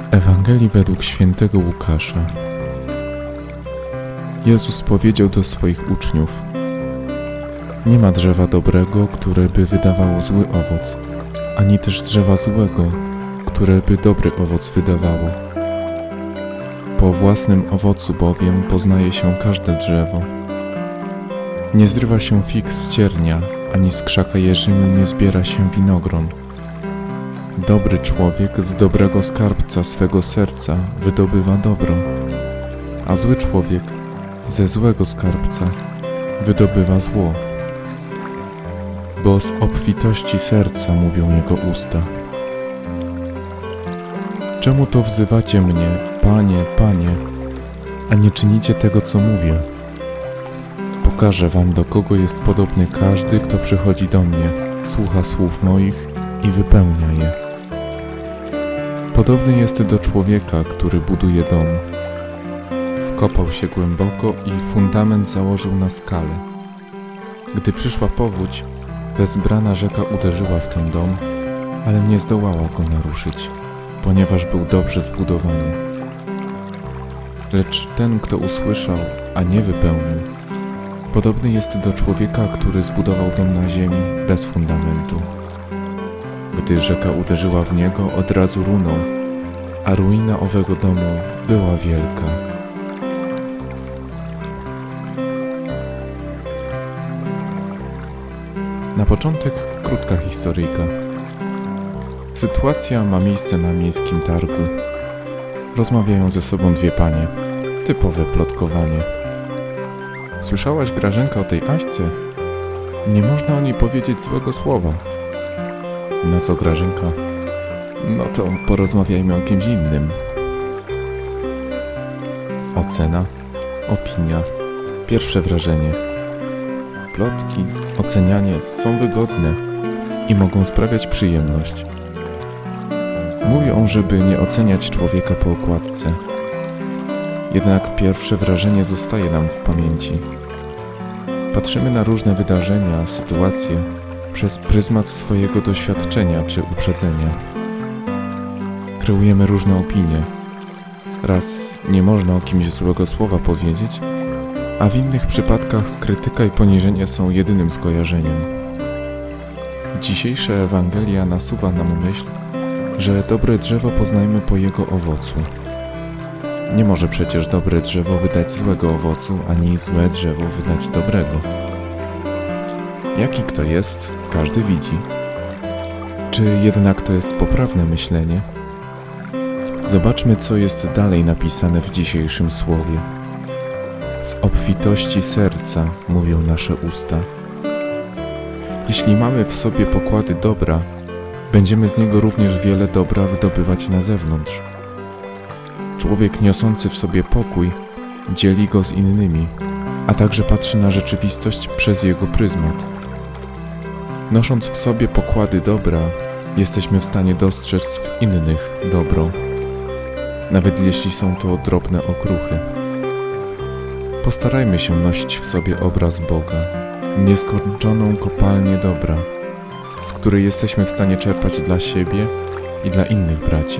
Z Ewangelii według świętego Łukasza. Jezus powiedział do swoich uczniów: nie ma drzewa dobrego, które by wydawało zły owoc, ani też drzewa złego, które by dobry owoc wydawało. Po własnym owocu bowiem poznaje się każde drzewo. Nie zrywa się fig z ciernia, ani z krzaka jerzyny nie zbiera się winogron. Dobry człowiek z dobrego skarbca swego serca wydobywa dobro, a zły człowiek ze złego skarbca wydobywa zło. Bo z obfitości serca mówią jego usta. Czemu to wzywacie mnie, Panie, Panie, a nie czynicie tego, co mówię? Pokażę wam, do kogo jest podobny każdy, kto przychodzi do mnie, słucha słów moich i wypełnia je. Podobny jest do człowieka, który buduje dom. Wkopał się głęboko i fundament założył na skale. Gdy przyszła powódź, wezbrana rzeka uderzyła w ten dom, ale nie zdołała go naruszyć, ponieważ był dobrze zbudowany. Lecz ten, kto usłyszał, a nie wypełnił, podobny jest do człowieka, który zbudował dom na ziemi bez fundamentu. Gdy rzeka uderzyła w niego, od razu runął, a ruina owego domu była wielka. Na początek krótka historyjka. Sytuacja ma miejsce na miejskim targu. Rozmawiają ze sobą dwie panie. Typowe plotkowanie. Słyszałaś, Grażynka, o tej Aśce? Nie można o niej powiedzieć złego słowa. No co, Grażynka? No to porozmawiajmy o kimś innym. Ocena, opinia, pierwsze wrażenie. Plotki, ocenianie są wygodne i mogą sprawiać przyjemność. Mówią, żeby nie oceniać człowieka po okładce. Jednak pierwsze wrażenie zostaje nam w pamięci. Patrzymy na różne wydarzenia, sytuacje przez pryzmat swojego doświadczenia czy uprzedzenia. Kreujemy różne opinie. Raz nie można o kimś złego słowa powiedzieć, a w innych przypadkach krytyka i poniżenie są jedynym skojarzeniem. Dzisiejsza Ewangelia nasuwa nam myśl, że dobre drzewo poznajmy po jego owocu. Nie może przecież dobre drzewo wydać złego owocu, ani złe drzewo wydać dobrego. Jaki kto jest, każdy widzi. Czy jednak to jest poprawne myślenie? Zobaczmy, co jest dalej napisane w dzisiejszym słowie. Z obfitości serca mówią nasze usta. Jeśli mamy w sobie pokłady dobra, będziemy z niego również wiele dobra wydobywać na zewnątrz. Człowiek niosący w sobie pokój dzieli go z innymi, a także patrzy na rzeczywistość przez jego pryzmat. Nosząc w sobie pokłady dobra, jesteśmy w stanie dostrzec w innych dobro, nawet jeśli są to drobne okruchy. Postarajmy się nosić w sobie obraz Boga, nieskończoną kopalnię dobra, z której jesteśmy w stanie czerpać dla siebie i dla innych braci.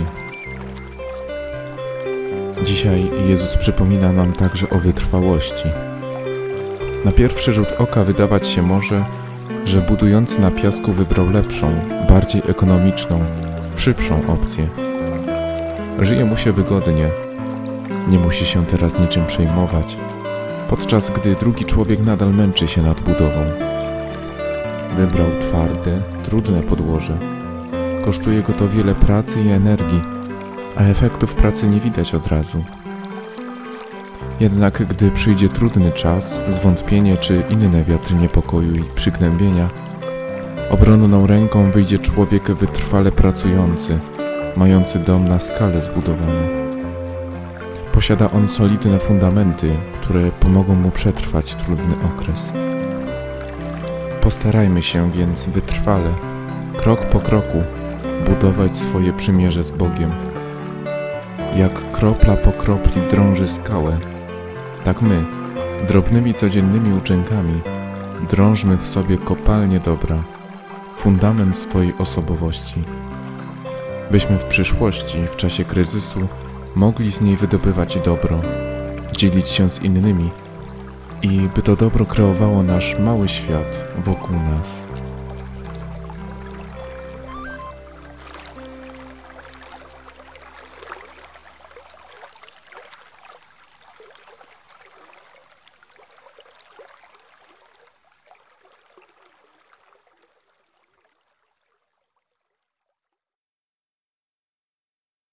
Dzisiaj Jezus przypomina nam także o wytrwałości. Na pierwszy rzut oka wydawać się może, że budujący na piasku wybrał lepszą, bardziej ekonomiczną, szybszą opcję. Żyje mu się wygodnie, nie musi się teraz niczym przejmować, podczas gdy drugi człowiek nadal męczy się nad budową. Wybrał twarde, trudne podłoże. Kosztuje go to wiele pracy i energii, a efektów pracy nie widać od razu. Jednak gdy przyjdzie trudny czas, zwątpienie czy inne wiatry niepokoju i przygnębienia, obronną ręką wyjdzie człowiek wytrwale pracujący, mający dom na skalę zbudowany. Posiada on solidne fundamenty, które pomogą mu przetrwać trudny okres. Postarajmy się więc wytrwale, krok po kroku, budować swoje przymierze z Bogiem. Jak kropla po kropli drąży skałę, tak my, drobnymi codziennymi uczynkami, drążmy w sobie kopalnię dobra, fundament swojej osobowości. byśmy w przyszłości, w czasie kryzysu, mogli z niej wydobywać dobro, dzielić się z innymi i by to dobro kreowało nasz mały świat wokół nas.